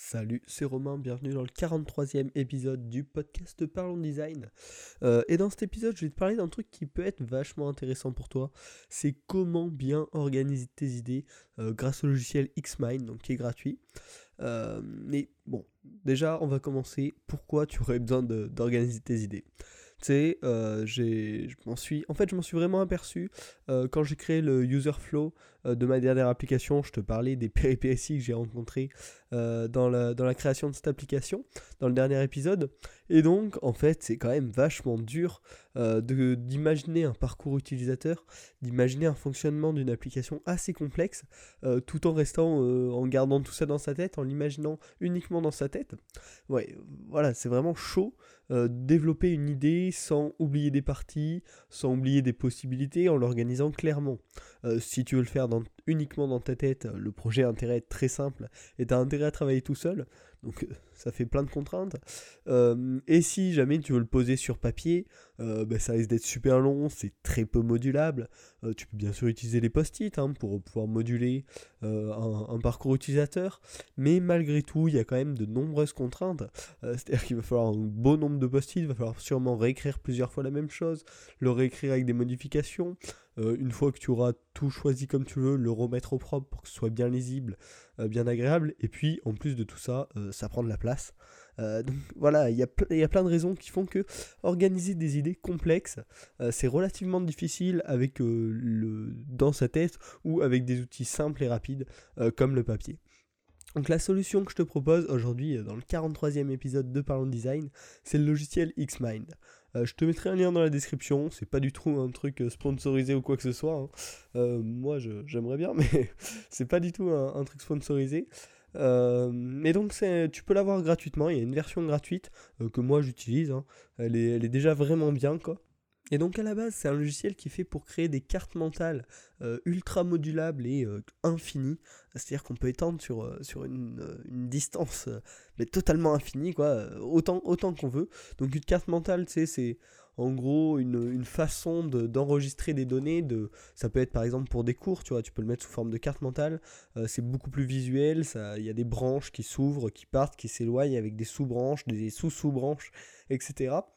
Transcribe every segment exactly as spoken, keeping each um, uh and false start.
Salut, c'est Romain, bienvenue dans le quarante-troisième épisode du podcast Parlons Design. Euh, et dans cet épisode, je vais te parler d'un truc qui peut être vachement intéressant pour toi. C'est comment bien organiser tes idées euh, grâce au logiciel Xmind, donc qui est gratuit. Euh, mais bon, déjà, on va commencer. Pourquoi tu aurais besoin de- d'organiser tes idées? Tu sais, euh, j'ai, je m'en suis, en fait, je m'en suis vraiment aperçu euh, quand j'ai créé le user flow euh, de ma dernière application. Je te parlais des péripéties que j'ai rencontrées euh, dans, la, dans la création de cette application, dans le dernier épisode. Et donc, en fait, c'est quand même vachement dur euh, de, d'imaginer un parcours utilisateur, d'imaginer un fonctionnement d'une application assez complexe, euh, tout en restant, euh, en gardant tout ça dans sa tête, en l'imaginant uniquement dans sa tête. Ouais, voilà, c'est vraiment chaud. Euh, développer une idée sans oublier des parties, sans oublier des possibilités, en l'organisant clairement. Euh, si tu veux le faire dans, uniquement dans ta tête, le projet a intérêt à être très simple et tu as intérêt à travailler tout seul, donc euh, ça fait plein de contraintes. Euh, et si jamais tu veux le poser sur papier, euh, bah, ça risque d'être super long, c'est très peu modulable. Euh, tu peux bien sûr utiliser les post-it hein, pour pouvoir moduler euh, un, un parcours utilisateur, mais malgré tout, il y a quand même de nombreuses contraintes. Euh, c'est-à-dire qu'il va falloir un beau nombre de post-it, il va falloir sûrement réécrire plusieurs fois la même chose, le réécrire avec des modifications. Euh, une fois que tu auras tout choisi comme tu veux, le remettre au propre pour que ce soit bien lisible, euh, bien agréable. Et puis, en plus de tout ça, euh, ça prend de la place. Euh, donc voilà, il y, a ple- y a plein de raisons qui font que organiser des idées complexes, euh, c'est relativement difficile avec euh, le, dans sa tête ou avec des outils simples et rapides euh, comme le papier. Donc la solution que je te propose aujourd'hui euh, dans le quarante-troisième épisode de Parlons Design, c'est le logiciel Xmind. Euh, je te mettrai un lien dans la description, c'est pas du tout un truc euh, sponsorisé ou quoi que ce soit. hein. Euh, moi je- j'aimerais bien, mais c'est pas du tout un, un truc sponsorisé. Euh, mais donc c'est- tu peux l'avoir gratuitement, il y a une version gratuite euh, que moi j'utilise, hein. elle, est, elle est déjà vraiment bien quoi. Et donc à la base, c'est un logiciel qui est fait pour créer des cartes mentales euh, ultra modulables et euh, infinies. C'est-à-dire qu'on peut étendre sur, euh, sur une, euh, une distance euh, mais totalement infinie, quoi, euh, autant, autant qu'on veut. Donc une carte mentale, tu sais, c'est en gros une, une façon de- d'enregistrer des données. De, ça peut être par exemple pour des cours, tu vois, tu peux le mettre sous forme de carte mentale. Euh, c'est beaucoup plus visuel, ça- il y a des branches qui s'ouvrent, qui partent, qui s'éloignent avec des sous-branches, des sous-sous-branches, et cetera.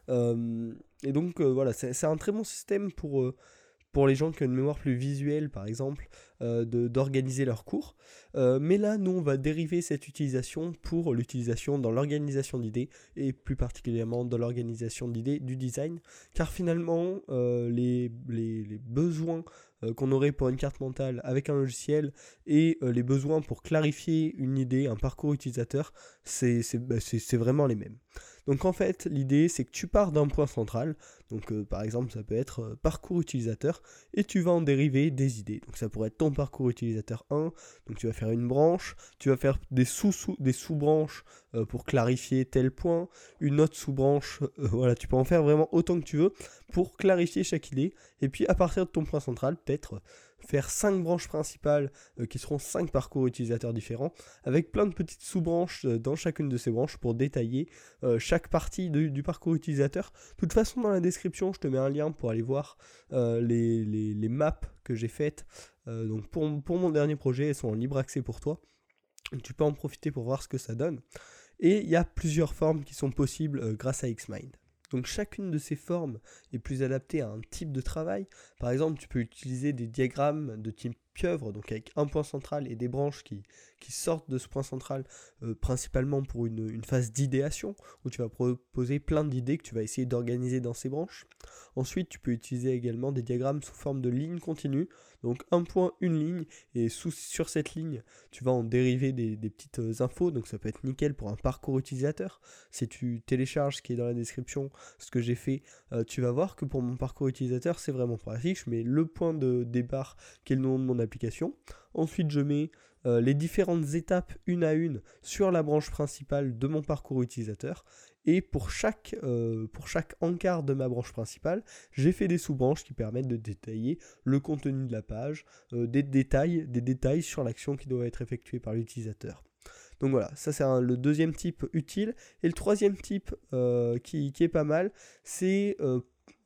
Euh, et donc euh, voilà, c'est c'est un très bon système pour, euh, pour les gens qui ont une mémoire plus visuelle, par exemple, euh, de- d'organiser leurs cours. Euh, mais là, nous, on va dériver cette utilisation pour l'utilisation dans l'organisation d'idées, et plus particulièrement dans l'organisation d'idées du design, car finalement, euh, les, les, les besoins euh, qu'on aurait pour une carte mentale avec un logiciel et euh, les besoins pour clarifier une idée, un parcours utilisateur, c'est c'est- bah, c'est- c'est vraiment les mêmes. Donc en fait, l'idée, c'est que tu pars d'un point central, donc euh, par exemple, ça peut être euh, parcours utilisateur, et tu vas en dériver des idées. Donc ça pourrait être ton parcours utilisateur un, donc tu vas faire une branche, tu vas faire des sous-sous, des sous-branches euh, pour clarifier tel point, une autre sous-branche, euh, voilà, tu peux en faire vraiment autant que tu veux pour clarifier chaque idée, et puis à partir de ton point central, peut-être euh, faire cinq branches principales euh, qui seront cinq parcours utilisateurs différents, avec plein de petites sous-branches euh, dans chacune de ces branches pour détailler euh, chaque partie de- du parcours utilisateur. De toute façon, dans la description, je te mets un lien pour aller voir euh, les, les, les maps que j'ai faites. Euh, donc pour, pour mon dernier projet, elles sont en libre accès pour toi. Donc tu peux en profiter pour voir ce que ça donne. Et il y a plusieurs formes qui sont possibles euh, grâce à Xmind. Donc chacune de ces formes est plus adaptée à un type de travail. Par exemple, tu peux utiliser des diagrammes de type pieuvre, donc avec un point central et des branches qui, qui sortent de ce point central, euh, principalement pour une, une phase d'idéation, où tu vas proposer plein d'idées que tu vas essayer d'organiser dans ces branches. Ensuite, tu peux utiliser également des diagrammes sous forme de ligne continue, donc un point, une ligne, et sous, sur cette ligne, tu vas en dériver des, des petites infos, donc ça peut être nickel pour un parcours utilisateur. Si tu télécharges ce qui est dans la description, ce que j'ai fait, euh, tu vas voir que pour mon parcours utilisateur, c'est vraiment pratique. Je mets le point de départ qui est le nom de mon application. Ensuite, je mets euh, les différentes étapes une à une sur la branche principale de mon parcours utilisateur. Et pour chaque, euh, pour chaque encart de ma branche principale, j'ai fait des sous-branches qui permettent de détailler le contenu de la page, euh, des détails, des détails sur l'action qui doit être effectuée par l'utilisateur. Donc voilà, ça c'est un- le deuxième type utile. Et le troisième type euh, qui, qui est pas mal, c'est euh,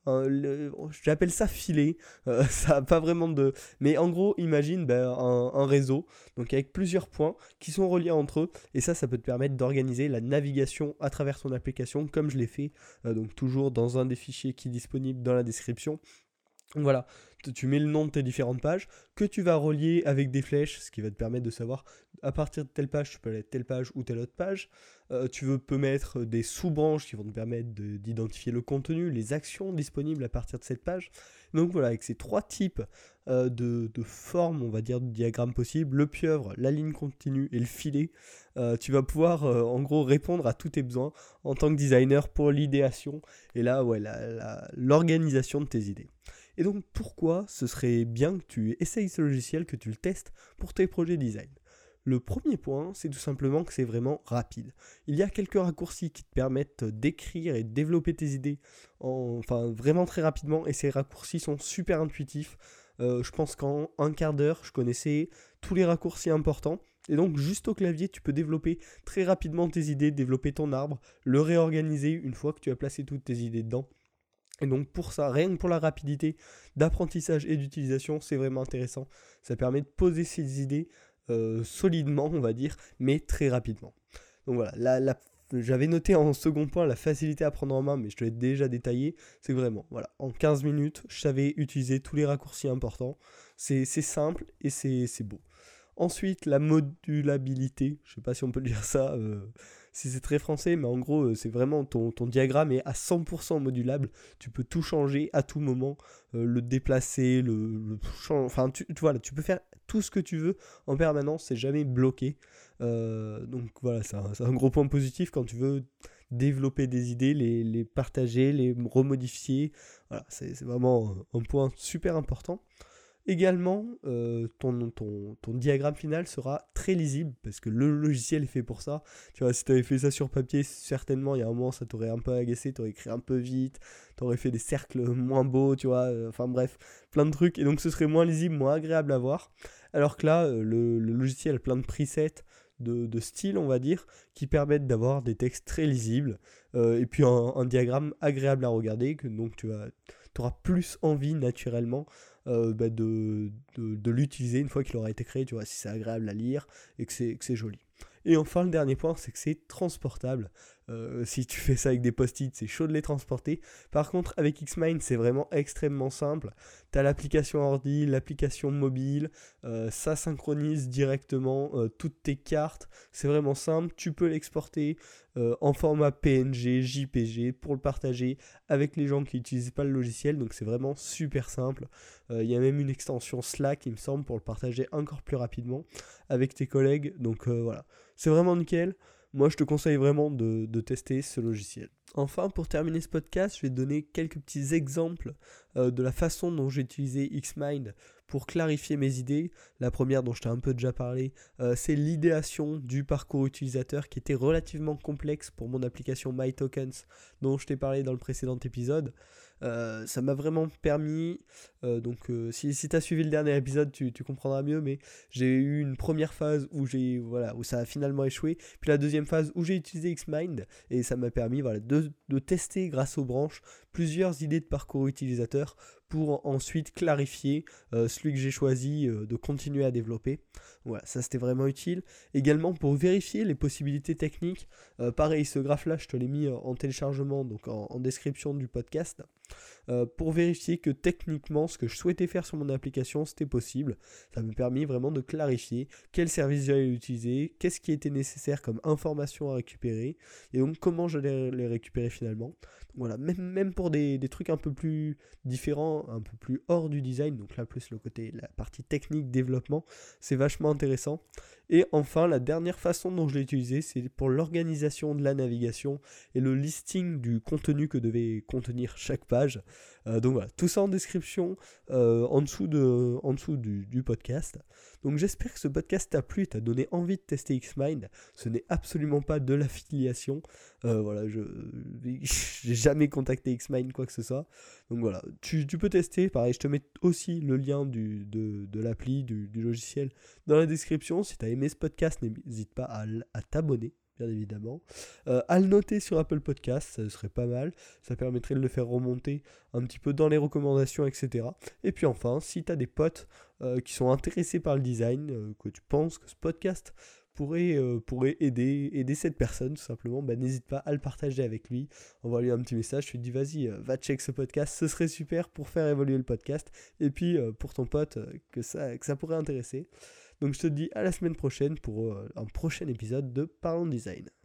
un- le- j'appelle ça filet, euh, ça n'a pas vraiment de... Mais en gros, imagine ben, un, un réseau, donc avec plusieurs points qui sont reliés entre eux, et ça, ça peut te permettre d'organiser la navigation à travers ton application, comme je l'ai fait, euh, donc toujours dans un des fichiers qui est disponible dans la description. Donc voilà, tu tu mets le nom de tes différentes pages que tu vas relier avec des flèches, ce qui va te permettre de savoir à partir de telle page, tu peux aller à telle page ou telle autre page. Euh, tu veux, peux mettre des sous-branches qui vont te permettre de- d'identifier le contenu, les actions disponibles à partir de cette page. Donc voilà, avec ces trois types euh, de, de formes, on va dire, de diagrammes possibles, le pieuvre, la ligne continue et le filet, euh, tu vas pouvoir euh, en gros répondre à tous tes besoins en tant que designer pour l'idéation et là, ouais, la- la- l'organisation de tes idées. Et donc pourquoi ce serait bien que tu essayes ce logiciel, que tu le testes pour tes projets design? Le premier point, c'est tout simplement que c'est vraiment rapide. Il y a quelques raccourcis qui te permettent d'écrire et de développer tes idées en, enfin, vraiment très rapidement, et ces raccourcis sont super intuitifs. Euh, je pense qu'en un quart d'heure, je connaissais tous les raccourcis importants. Et donc juste au clavier, tu peux développer très rapidement tes idées, développer ton arbre, le réorganiser une fois que tu as placé toutes tes idées dedans. Et donc pour ça, rien que pour la rapidité d'apprentissage et d'utilisation, c'est vraiment intéressant. Ça permet de poser ses idées euh, solidement, on va dire, mais très rapidement. Donc voilà, la, la- j'avais noté en second point la facilité à prendre en main, mais je te l'ai déjà détaillé. C'est vraiment, voilà, en quinze minutes, je savais utiliser tous les raccourcis importants. C'est c'est simple et c'est c'est beau. Ensuite, la modulabilité, je sais pas si on peut dire ça, euh, si c'est très français, mais en gros, euh, c'est vraiment ton, ton diagramme est à cent pour cent modulable. Tu peux tout changer à tout moment, euh, le déplacer, le, le chan- enfin, tu, tu, voilà, tu peux faire tout ce que tu veux en permanence, c'est jamais bloqué. Euh, donc voilà, c'est un, c'est un gros point positif quand tu veux développer des idées, les, les partager, les remodifier. Voilà, c'est c'est vraiment un point super important. Également, euh, ton, ton, ton diagramme final sera très lisible parce que le logiciel est fait pour ça. Tu vois, si tu avais fait ça sur papier, certainement, il y a un moment, ça t'aurait un peu agacé, tu aurais écrit un peu vite, tu aurais fait des cercles moins beaux, tu vois, euh, enfin bref, plein de trucs. Et donc, ce serait moins lisible, moins agréable à voir. Alors que là, euh, le, le logiciel a plein de presets, de, de style, on va dire, qui permettent d'avoir des textes très lisibles euh, et puis un, un diagramme agréable à regarder, que donc tu as, auras plus envie naturellement euh, bah, de, de, de l'utiliser une fois qu'il aura été créé, tu vois, si c'est agréable à lire et que c'est, que c'est joli. Et enfin, le dernier point, c'est que c'est transportable. Euh, si tu fais ça avec des post-it, c'est chaud de les transporter. Par contre, avec Xmind, c'est vraiment extrêmement simple. Tu as l'application ordi, l'application mobile, euh, ça synchronise directement euh, toutes tes cartes. C'est vraiment simple. Tu peux l'exporter euh, en format P N G, J P G pour le partager avec les gens qui n'utilisent pas le logiciel. Donc c'est vraiment super simple. Il euh, y a même une extension Slack, il me semble, pour le partager encore plus rapidement avec tes collègues. Donc euh, voilà, c'est vraiment nickel. Moi, je te conseille vraiment de, de tester ce logiciel. Enfin, pour terminer ce podcast, je vais te donner quelques petits exemples euh, de la façon dont j'ai utilisé Xmind pour clarifier mes idées. La première dont je t'ai un peu déjà parlé, euh, c'est l'idéation du parcours utilisateur qui était relativement complexe pour mon application MyTokens dont je t'ai parlé dans le précédent épisode. Euh, ça m'a vraiment permis, euh, donc euh, si, si tu as suivi le dernier épisode, tu, tu comprendras mieux, mais j'ai eu une première phase où, j'ai, voilà, où ça a finalement échoué, puis la deuxième phase où j'ai utilisé Xmind, et ça m'a permis voilà, de, de tester grâce aux branches plusieurs idées de parcours utilisateur pour ensuite clarifier euh, celui que j'ai choisi euh, de continuer à développer. Voilà, ça c'était vraiment utile. Également pour vérifier les possibilités techniques, euh, pareil, ce graphe-là, je te l'ai mis en téléchargement, donc en, en description du podcast. Euh, pour vérifier que techniquement ce que je souhaitais faire sur mon application c'était possible. Ça m'a permis vraiment de clarifier quel service j'allais utiliser, qu'est-ce qui était nécessaire comme information à récupérer et donc comment j'allais les récupérer finalement. Donc voilà, même, même pour des, des trucs un peu plus différents, un peu plus hors du design, donc là plus le côté, la partie technique, développement, c'est vachement intéressant. Et enfin, la dernière façon dont je l'ai utilisé, c'est pour l'organisation de la navigation et le listing du contenu que devait contenir chaque page. Euh, donc voilà, tout ça en description euh, en dessous, de, en dessous du, du podcast. Donc j'espère que ce podcast t'a plu, t'a donné envie de tester Xmind. Ce n'est absolument pas de l'affiliation. Euh, voilà, je n'ai jamais contacté Xmind, quoi que ce soit. Donc voilà, tu, tu peux tester. Pareil, je te mets aussi le lien du, de, de l'appli, du, du logiciel dans la description. Si tu as aimé ce podcast, n'hésite pas à, à t'abonner. bien évidemment. Euh, à le noter sur Apple Podcast, ça serait pas mal. Ça permettrait de le faire remonter un petit peu dans les recommandations, et cetera. Et puis enfin, si tu as des potes euh, qui sont intéressés par le design, euh, que tu penses que ce podcast pourrait, euh, pourrait aider, aider cette personne, tout simplement, bah, n'hésite pas à le partager avec lui. Envoie-lui un petit message, je te dis vas-y, euh, va check ce podcast, ce serait super pour faire évoluer le podcast. Et puis euh, pour ton pote, euh, que, ça, que ça pourrait intéresser. Donc je te dis à la semaine prochaine pour euh, un prochain épisode de Parlons Design.